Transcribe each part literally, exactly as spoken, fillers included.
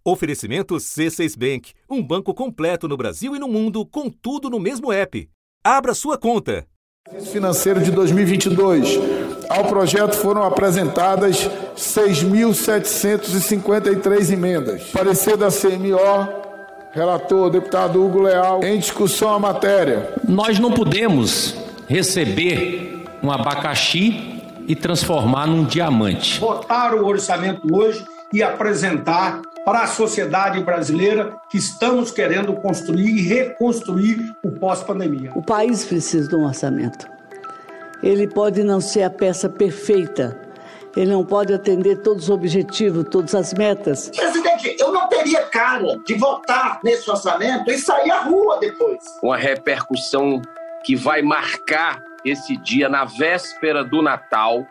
Oferecimento C seis Bank, um banco completo no Brasil e no mundo, com tudo no mesmo app. Abra sua conta. Financeiro de dois mil e vinte e dois. Ao projeto foram apresentadas seis mil setecentas e cinquenta e três emendas. Parecer da C M O, relator, deputado Hugo Leal, em discussão a matéria. Nós não podemos receber um abacaxi e transformar num diamante. Votar o orçamento hoje e apresentar para a sociedade brasileira que estamos querendo construir e reconstruir o pós-pandemia. O país precisa de um orçamento. Ele pode não ser a peça perfeita, ele não pode atender todos os objetivos, todas as metas. Presidente, eu não teria cara de votar nesse orçamento e sair à rua depois. Uma repercussão que vai marcar esse dia na véspera do Natal,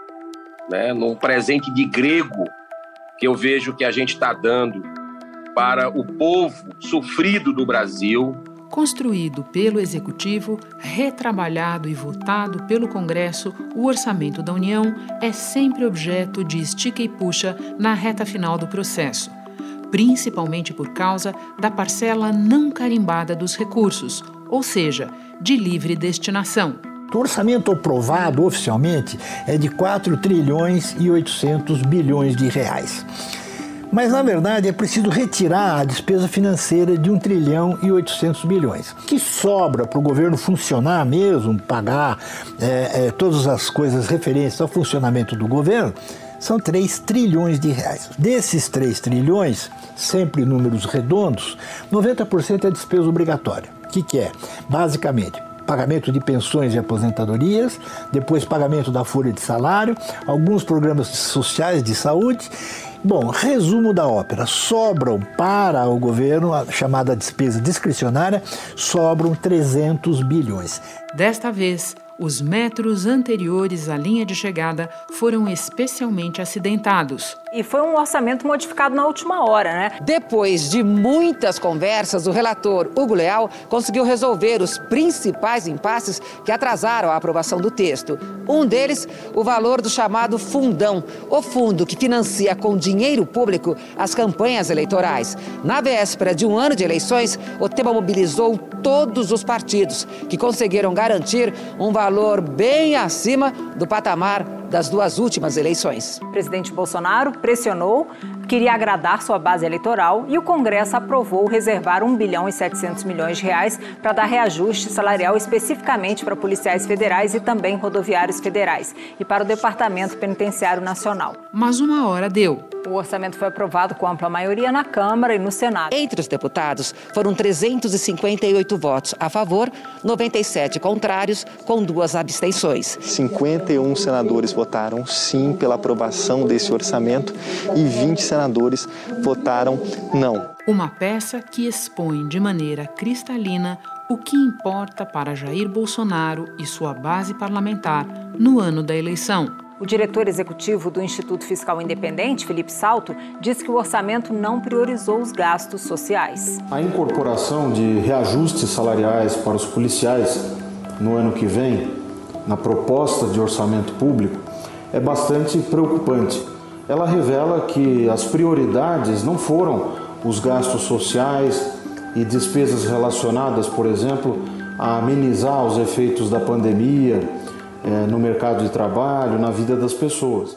né, num presente de grego que eu vejo que a gente está dando para o povo sofrido do Brasil. Construído pelo Executivo, retrabalhado e votado pelo Congresso, o Orçamento da União é sempre objeto de estica e puxa na reta final do processo, principalmente por causa da parcela não carimbada dos recursos, ou seja, de livre destinação. O orçamento aprovado oficialmente é de quatro trilhões e oitocentos bilhões de reais. Mas, na verdade, é preciso retirar a despesa financeira de um trilhão e oitocentos bilhões. O que sobra para o governo funcionar mesmo, pagar é, é, todas as coisas referentes ao funcionamento do governo, são três trilhões de reais. Desses três trilhões, sempre números redondos, noventa por cento é despesa obrigatória. O que, que é? Basicamente, pagamento de pensões e aposentadorias, depois pagamento da folha de salário, alguns programas sociais de saúde. Bom, resumo da ópera, sobram para o governo, a chamada despesa discricionária, sobram trezentos bilhões. Desta vez, os metros anteriores à linha de chegada foram especialmente acidentados. E foi um orçamento modificado na última hora, né? Depois de muitas conversas, o relator Hugo Leal conseguiu resolver os principais impasses que atrasaram a aprovação do texto. Um deles, o valor do chamado fundão, o fundo que financia com dinheiro público as campanhas eleitorais. Na véspera de um ano de eleições, o tema mobilizou todos os partidos, que conseguiram garantir um valor bem acima do patamar das duas últimas eleições. O presidente Bolsonaro pressionou, queria agradar sua base eleitoral e o Congresso aprovou reservar um bilhão e setecentos milhões de reais para dar reajuste salarial especificamente para policiais federais e também rodoviários federais e para o Departamento Penitenciário Nacional. Mas uma hora deu. O orçamento foi aprovado com ampla maioria na Câmara e no Senado. Entre os deputados, foram trezentos e cinquenta e oito votos a favor, noventa e sete contrários, com duas abstenções. cinquenta e um senadores votaram sim pela aprovação desse orçamento e vinte senadores votaram não. Uma peça que expõe de maneira cristalina o que importa para Jair Bolsonaro e sua base parlamentar no ano da eleição. O diretor executivo do Instituto Fiscal Independente, Felipe Salto, disse que o orçamento não priorizou os gastos sociais. A incorporação de reajustes salariais para os policiais no ano que vem, na proposta de orçamento público, é bastante preocupante. Ela revela que as prioridades não foram os gastos sociais e despesas relacionadas, por exemplo, a amenizar os efeitos da pandemia, É, no mercado de trabalho, na vida das pessoas.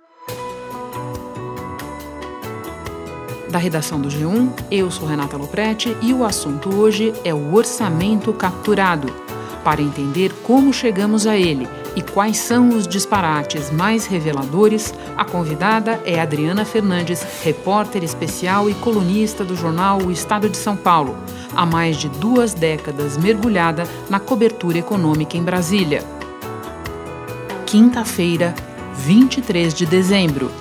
Da redação do G um, eu sou Renata Lopretti e o assunto hoje é o orçamento capturado. Para entender como chegamos a ele e quais são os disparates mais reveladores, a convidada é Adriana Fernandes, repórter especial e colunista do jornal O Estado de São Paulo, há mais de duas décadas mergulhada na cobertura econômica em Brasília. Quinta-feira, vinte e três de dezembro.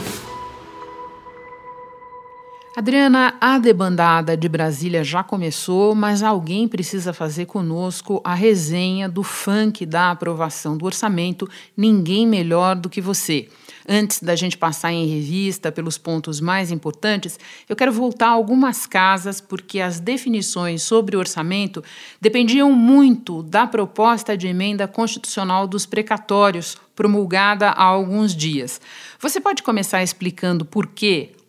Adriana, a debandada de Brasília já começou, mas alguém precisa fazer conosco a resenha do funk da aprovação do orçamento, ninguém melhor do que você. Antes da gente passar em revista pelos pontos mais importantes, eu quero voltar a algumas casas, porque as definições sobre o orçamento dependiam muito da proposta de emenda constitucional dos precatórios, promulgada há alguns dias. Você pode começar explicando por que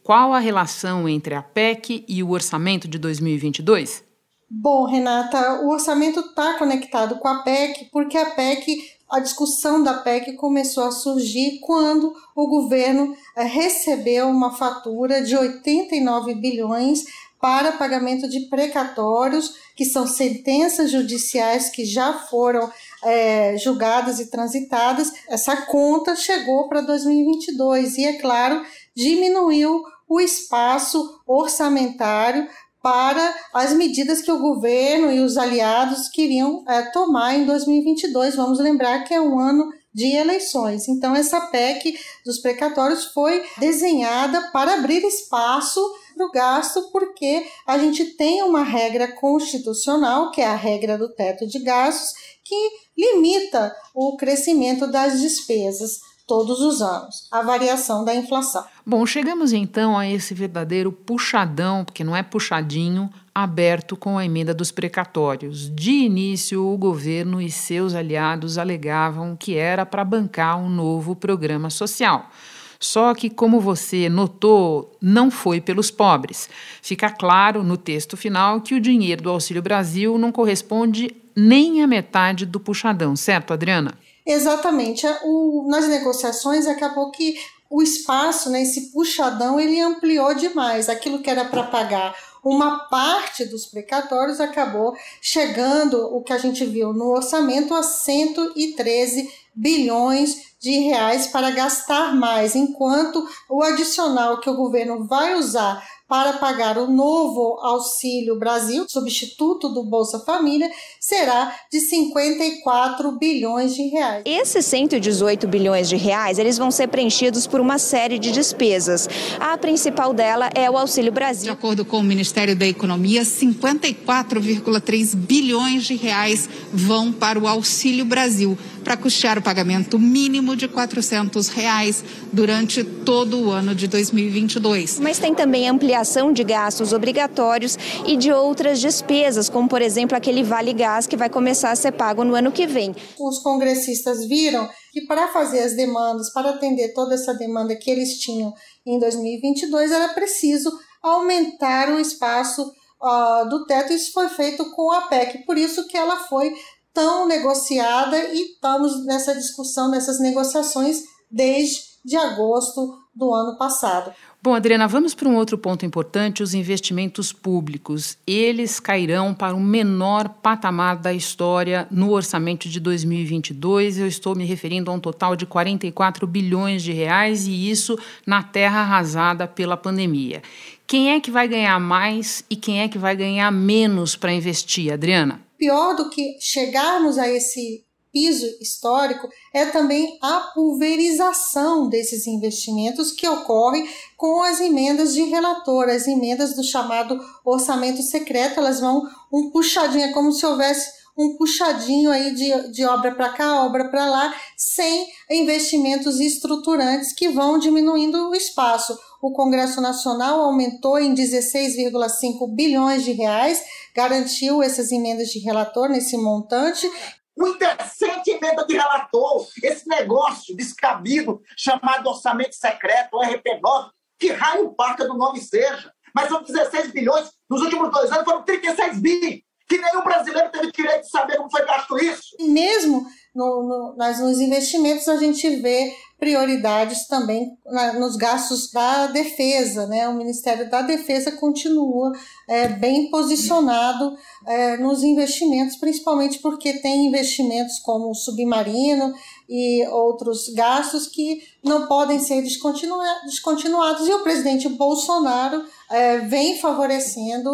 qual a relação entre a P E C e o orçamento de dois mil e vinte e dois? Bom, Renata, o orçamento está conectado com a P E C porque a P E C, a discussão da P E C começou a surgir quando o governo recebeu uma fatura de oitenta e nove bilhões para pagamento de precatórios, que são sentenças judiciais que já foram é, julgadas e transitadas. Essa conta chegou para dois mil e vinte e dois e, é claro, diminuiu o espaço orçamentário para as medidas que o governo e os aliados queriam é, tomar em dois mil e vinte e dois. Vamos lembrar que é um ano de eleições. Então, essa P E C dos precatórios foi desenhada para abrir espaço para o gasto, porque a gente tem uma regra constitucional, que é a regra do teto de gastos, que limita o crescimento das despesas todos os anos, a variação da inflação. Bom, chegamos então a esse verdadeiro puxadão, porque não é puxadinho, aberto com a emenda dos precatórios. De início, o governo e seus aliados alegavam que era para bancar um novo programa social. Só que, como você notou, não foi pelos pobres. Fica claro no texto final que o dinheiro do Auxílio Brasil não corresponde nem à metade do puxadão, certo, Adriana? Exatamente. O, nas negociações acabou que o espaço, né, esse puxadão, ele ampliou demais. Aquilo que era para pagar uma parte dos precatórios acabou chegando, o que a gente viu no orçamento, a cento e treze bilhões de reais para gastar mais, enquanto o adicional que o governo vai usar para pagar o novo Auxílio Brasil, substituto do Bolsa Família, será de cinquenta e quatro bilhões de reais. Esses cento e dezoito bilhões de reais, eles vão ser preenchidos por uma série de despesas. A principal dela é o Auxílio Brasil. De acordo com o Ministério da Economia, cinquenta e quatro vírgula três bilhões de reais vão para o Auxílio Brasil, para custear o pagamento mínimo de quatrocentos reais durante todo o ano de dois mil e vinte e dois. Mas tem também ampliação de gastos obrigatórios e de outras despesas, como, por exemplo, aquele Vale Gás que vai começar a ser pago no ano que vem. Os congressistas viram que para fazer as demandas, para atender toda essa demanda que eles tinham em dois mil e vinte e dois, era preciso aumentar o espaço uh, do teto. Isso foi feito com a P E C, por isso que ela foi tão negociada e estamos nessa discussão, nessas negociações desde de agosto do ano passado. Bom, Adriana, vamos para um outro ponto importante, os investimentos públicos. Eles cairão para o menor patamar da história no orçamento de dois mil e vinte e dois. Eu estou me referindo a um total de quarenta e quatro bilhões de reais, e isso na terra arrasada pela pandemia. Quem é que vai ganhar mais e quem é que vai ganhar menos para investir, Adriana? Pior do que chegarmos a esse piso histórico é também a pulverização desses investimentos que ocorre com as emendas de relator, as emendas do chamado orçamento secreto. Elas vão um puxadinho, é como se houvesse um puxadinho aí de, de obra para cá, obra para lá, sem investimentos estruturantes que vão diminuindo o espaço. O Congresso Nacional aumentou em dezesseis vírgula cinco bilhões de reais, garantiu essas emendas de relator nesse montante. Uma indecente emenda de relator, esse negócio descabido chamado orçamento secreto, o R P nove, que raio parca do nome seja. Mas são dezesseis bilhões, nos últimos dois anos foram trinta e seis bi, que nenhum brasileiro teve direito de saber como foi gasto isso. E mesmo no, no, nas, nos investimentos a gente vê prioridades também na, nos gastos da defesa, né? O Ministério da Defesa continua é, bem posicionado é, nos investimentos, principalmente porque tem investimentos como o submarino e outros gastos que não podem ser descontinua- descontinuados, e o presidente Bolsonaro é, vem favorecendo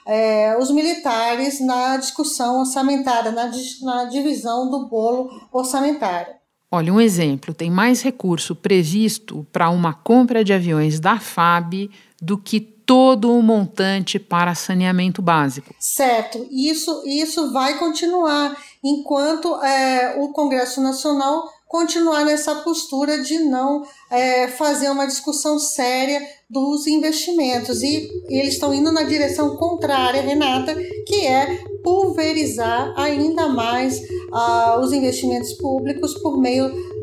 é, os militares na discussão orçamentária, na, na divisão do bolo orçamentário. Olha, um exemplo, tem mais recurso previsto para uma compra de aviões da F A B do que todo o montante para saneamento básico. Certo, isso, isso vai continuar enquanto é, o Congresso Nacional continuar nessa postura de não é, fazer uma discussão séria dos investimentos. E, e eles estão indo na direção contrária, Renata, que é pulverizar ainda mais uh, os investimentos públicos por meio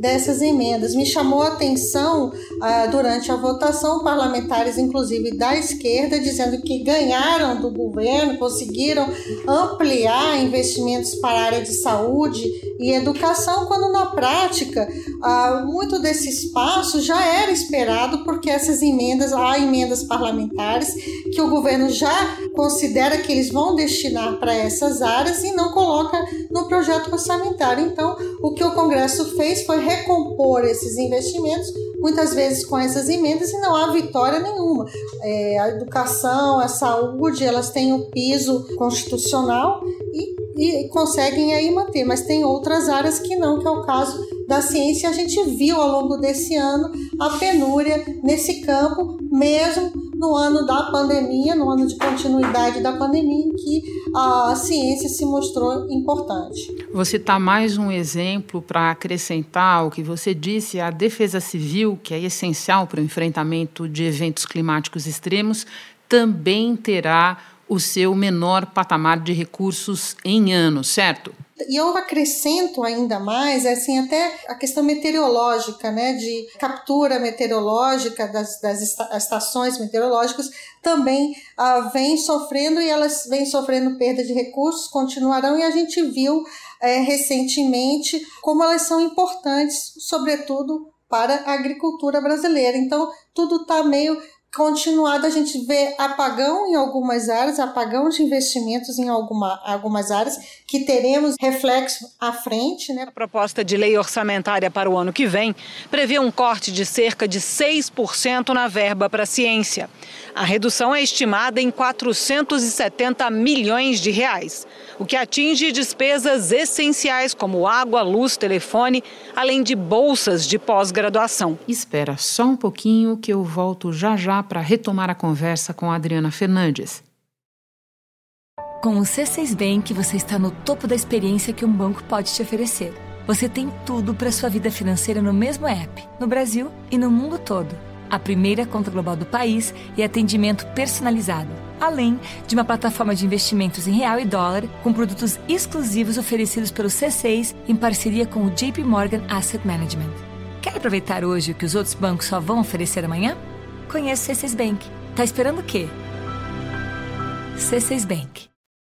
dessas emendas. Me chamou a atenção ah, durante a votação, parlamentares inclusive da esquerda dizendo que ganharam do governo, conseguiram ampliar investimentos para a área de saúde e educação, quando na prática ah, muito desse espaço já era esperado, porque essas emendas, há emendas parlamentares que o governo já considera que eles vão destinar para essas áreas e não coloca no projeto orçamentário. Então, o que o Congresso fez foi recompor esses investimentos, muitas vezes com essas emendas, e não há vitória nenhuma. É, a educação, a saúde, elas têm o piso constitucional e, e conseguem aí manter, mas tem outras áreas que não, que é o caso da ciência. A gente viu ao longo desse ano a penúria nesse campo, mesmo no ano da pandemia, no ano de continuidade da pandemia, em que a ciência se mostrou importante. Vou citar mais um exemplo para acrescentar ao que você disse. A defesa civil, que é essencial para o enfrentamento de eventos climáticos extremos, também terá o seu menor patamar de recursos em anos, certo? E eu acrescento ainda mais, assim, até a questão meteorológica, né, de captura meteorológica das, das estações meteorológicas, também ah, vem sofrendo, e elas vêm sofrendo perda de recursos, continuarão, e a gente viu é, recentemente como elas são importantes, sobretudo para a agricultura brasileira. Então, tudo está meio continuado. A gente vê apagão em algumas áreas, apagão de investimentos em alguma, algumas áreas, que teremos reflexo à frente, né? A proposta de lei orçamentária para o ano que vem prevê um corte de cerca de seis por cento na verba para a ciência. A redução é estimada em quatrocentos e setenta milhões de reais, o que atinge despesas essenciais como água, luz, telefone, além de bolsas de pós-graduação. Espera só um pouquinho que eu volto já já para retomar a conversa com a Adriana Fernandes. Com o C seis Bank, você está no topo da experiência que um banco pode te oferecer. Você tem tudo para sua vida financeira no mesmo app, no Brasil e no mundo todo. A primeira conta global do país e atendimento personalizado, além de uma plataforma de investimentos em real e dólar com produtos exclusivos oferecidos pelo C seis em parceria com o J P Morgan Asset Management. Quer aproveitar hoje o que os outros bancos só vão oferecer amanhã? Conheça o C seis Bank. Tá esperando o quê? C seis Bank.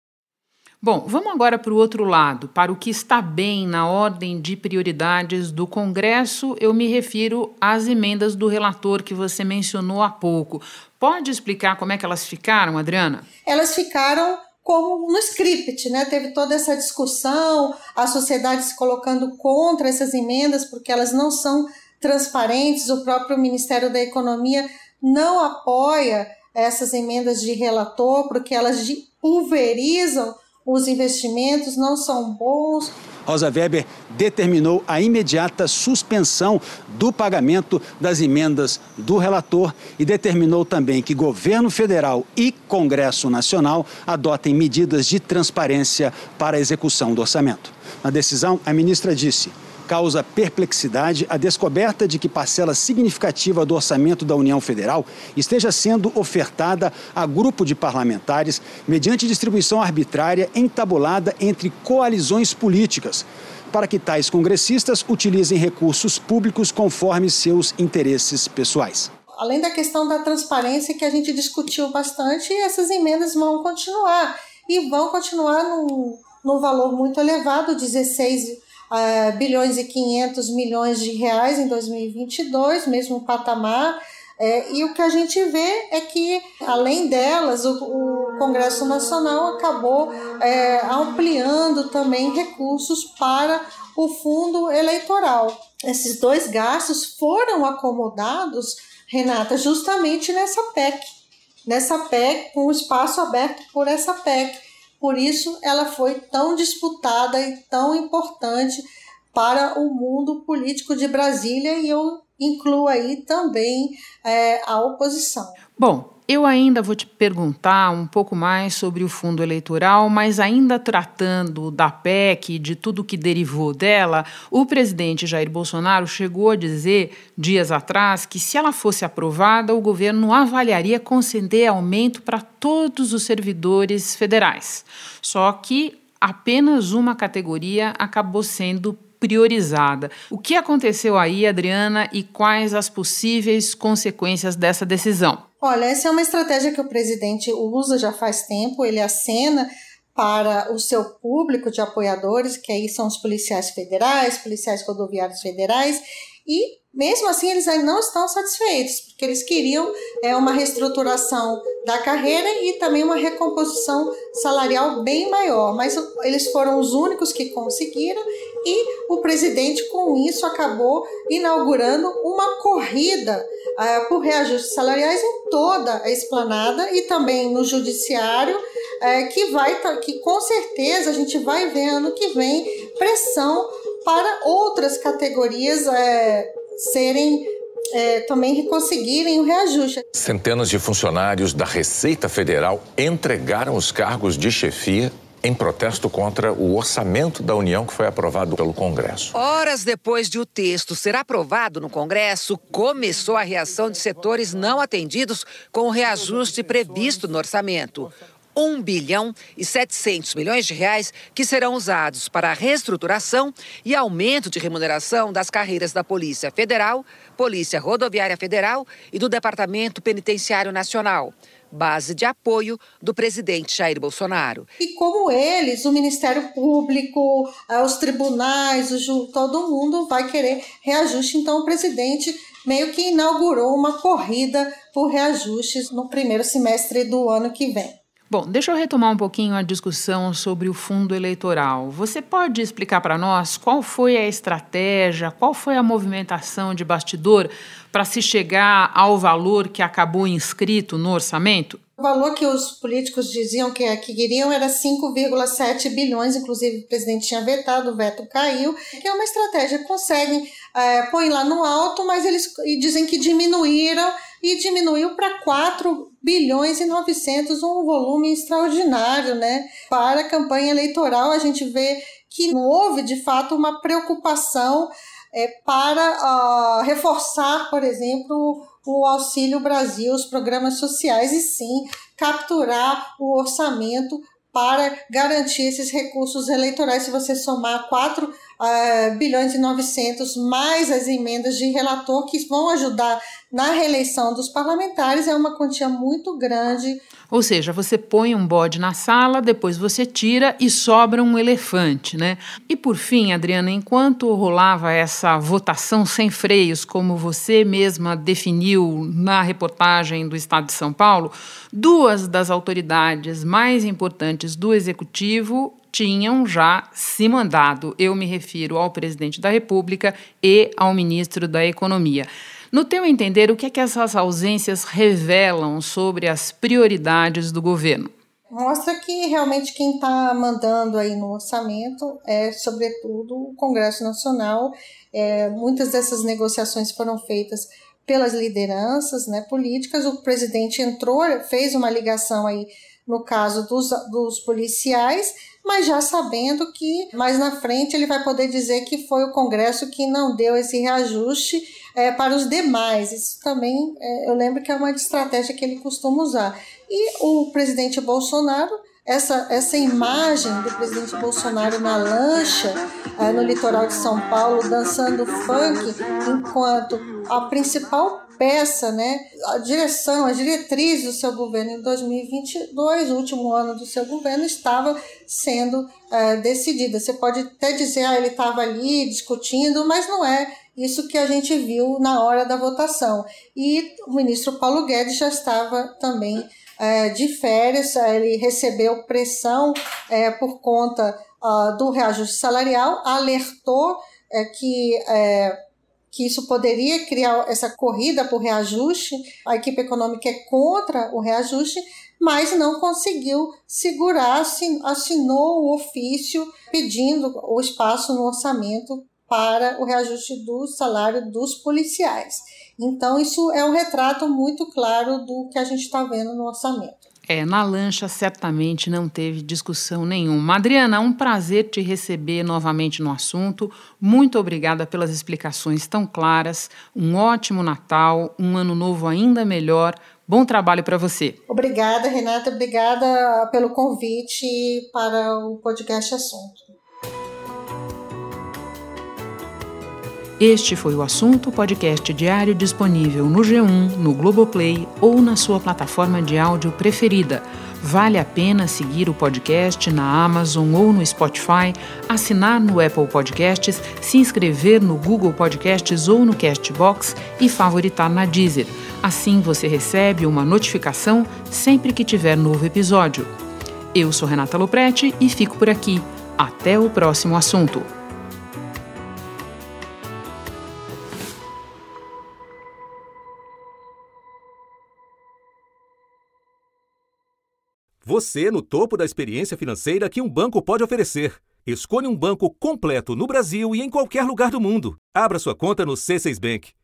Bom, vamos agora para o outro lado, para o que está bem na ordem de prioridades do Congresso. Eu me refiro às emendas do relator que você mencionou há pouco. Pode explicar como é que elas ficaram, Adriana? Elas ficaram como no script, né? Teve toda essa discussão, a sociedade se colocando contra essas emendas porque elas não são transparentes. O próprio Ministério da Economia não apoia essas emendas de relator porque elas pulverizam os investimentos, não são bons. Rosa Weber determinou a imediata suspensão do pagamento das emendas do relator e determinou também que governo federal e Congresso Nacional adotem medidas de transparência para a execução do orçamento. Na decisão, a ministra disse: causa perplexidade a descoberta de que parcela significativa do orçamento da União Federal esteja sendo ofertada a grupo de parlamentares mediante distribuição arbitrária entabulada entre coalizões políticas, para que tais congressistas utilizem recursos públicos conforme seus interesses pessoais. Além da questão da transparência que a gente discutiu bastante, essas emendas vão continuar e vão continuar num, num valor muito elevado, dezesseis Uh, bilhões e quinhentos milhões de reais em dois mil e vinte e dois, mesmo patamar, é, e o que a gente vê é que, além delas, o, o Congresso Nacional acabou é, ampliando também recursos para o fundo eleitoral. Esses dois gastos foram acomodados, Renata, justamente nessa P E C, nessa P E C, com o espaço aberto por essa P E C. Por isso, ela foi tão disputada e tão importante para o mundo político de Brasília, e eu incluo aí também é, a oposição. Bom, eu ainda vou te perguntar um pouco mais sobre o fundo eleitoral, mas ainda tratando da P E C e de tudo que derivou dela, o presidente Jair Bolsonaro chegou a dizer, dias atrás, que se ela fosse aprovada, o governo avaliaria conceder aumento para todos os servidores federais. Só que apenas uma categoria acabou sendo priorizada. O que aconteceu aí, Adriana, e quais as possíveis consequências dessa decisão? Olha, essa é uma estratégia que o presidente usa já faz tempo, ele acena para o seu público de apoiadores, que aí são os policiais federais, policiais rodoviários federais, e mesmo assim eles ainda não estão satisfeitos, porque eles queriam é, uma reestruturação da carreira e também uma recomposição salarial bem maior, mas eles foram os únicos que conseguiram e o presidente com isso acabou inaugurando uma corrida é, por reajustes salariais em toda a esplanada e também no judiciário, é, que vai, que com certeza a gente vai ver ano que vem pressão para outras categorias é, serem é, também conseguirem o reajuste. Centenas de funcionários da Receita Federal entregaram os cargos de chefia em protesto contra o orçamento da União que foi aprovado pelo Congresso. Horas depois de o texto ser aprovado no Congresso, começou a reação de setores não atendidos com o reajuste previsto no orçamento. um bilhão e setecentos milhões de reais que serão usados para a reestruturação e aumento de remuneração das carreiras da Polícia Federal, Polícia Rodoviária Federal e do Departamento Penitenciário Nacional, base de apoio do presidente Jair Bolsonaro. E como eles, o Ministério Público, os tribunais, o ju, todo mundo vai querer reajuste, então o presidente meio que inaugurou uma corrida por reajustes no primeiro semestre do ano que vem. Bom, deixa eu retomar um pouquinho a discussão sobre o fundo eleitoral. Você pode explicar para nós qual foi a estratégia, qual foi a movimentação de bastidor para se chegar ao valor que acabou inscrito no orçamento? O valor que os políticos diziam que, que queriam era cinco vírgula sete bilhões, inclusive o presidente tinha vetado, o veto caiu, que é uma estratégia, conseguem, é, põe lá no alto, mas eles dizem que diminuíram e diminuiu para quatro bilhões e novecentos, um volume extraordinário, né? Para a campanha eleitoral, a gente vê que não houve, de fato, uma preocupação é, para uh, reforçar, por exemplo, o Auxílio Brasil, os programas sociais, e sim capturar o orçamento para garantir esses recursos eleitorais. Se você somar quatro bilhões e novecentos mais as emendas de relator que vão ajudar na reeleição dos parlamentares, é uma quantia muito grande. Ou seja, você põe um bode na sala, depois você tira e sobra um elefante, né? E por fim, Adriana, enquanto rolava essa votação sem freios, como você mesma definiu na reportagem do Estado de São Paulo, duas das autoridades mais importantes do Executivo tinham já se mandado. Eu me refiro ao presidente da República e ao ministro da Economia. No teu entender, o que é que essas ausências revelam sobre as prioridades do governo? Mostra que realmente quem está mandando aí no orçamento é, sobretudo, o Congresso Nacional. É, muitas dessas negociações foram feitas pelas lideranças, né, políticas. O presidente entrou, fez uma ligação aí no caso dos, dos policiais, mas já sabendo que mais na frente ele vai poder dizer que foi o Congresso que não deu esse reajuste é, para os demais. Isso também, é, eu lembro que é uma estratégia que ele costuma usar. E o presidente Bolsonaro, essa, essa imagem do presidente Bolsonaro na lancha, é, no litoral de São Paulo, dançando funk, enquanto a principal peça, né, a direção, a diretriz do seu governo em dois mil e vinte e dois, o último ano do seu governo, estava sendo é, decidida. Você pode até dizer, ah, ele estava ali discutindo, mas não é isso que a gente viu na hora da votação. E o ministro Paulo Guedes já estava também é, de férias, ele recebeu pressão é, por conta uh, do reajuste salarial, alertou é, que... É, que isso poderia criar essa corrida por reajuste, a equipe econômica é contra o reajuste, mas não conseguiu segurar, assinou o ofício pedindo o espaço no orçamento para o reajuste do salário dos policiais. Então, isso é um retrato muito claro do que a gente está vendo no orçamento. É, na lancha certamente não teve discussão nenhuma. Adriana, um prazer te receber novamente no assunto. Muito obrigada pelas explicações tão claras. Um ótimo Natal, um ano novo ainda melhor. Bom trabalho para você. Obrigada, Renata. Obrigada pelo convite para o podcast Assunto. Este foi o Assunto, podcast diário disponível no G um, no Globoplay ou na sua plataforma de áudio preferida. Vale a pena seguir o podcast na Amazon ou no Spotify, assinar no Apple Podcasts, se inscrever no Google Podcasts ou no Castbox e favoritar na Deezer. Assim você recebe uma notificação sempre que tiver novo episódio. Eu sou Renata Loprete e fico por aqui. Até o próximo assunto. Você no topo da experiência financeira que um banco pode oferecer. Escolha um banco completo no Brasil e em qualquer lugar do mundo. Abra sua conta no C seis Bank.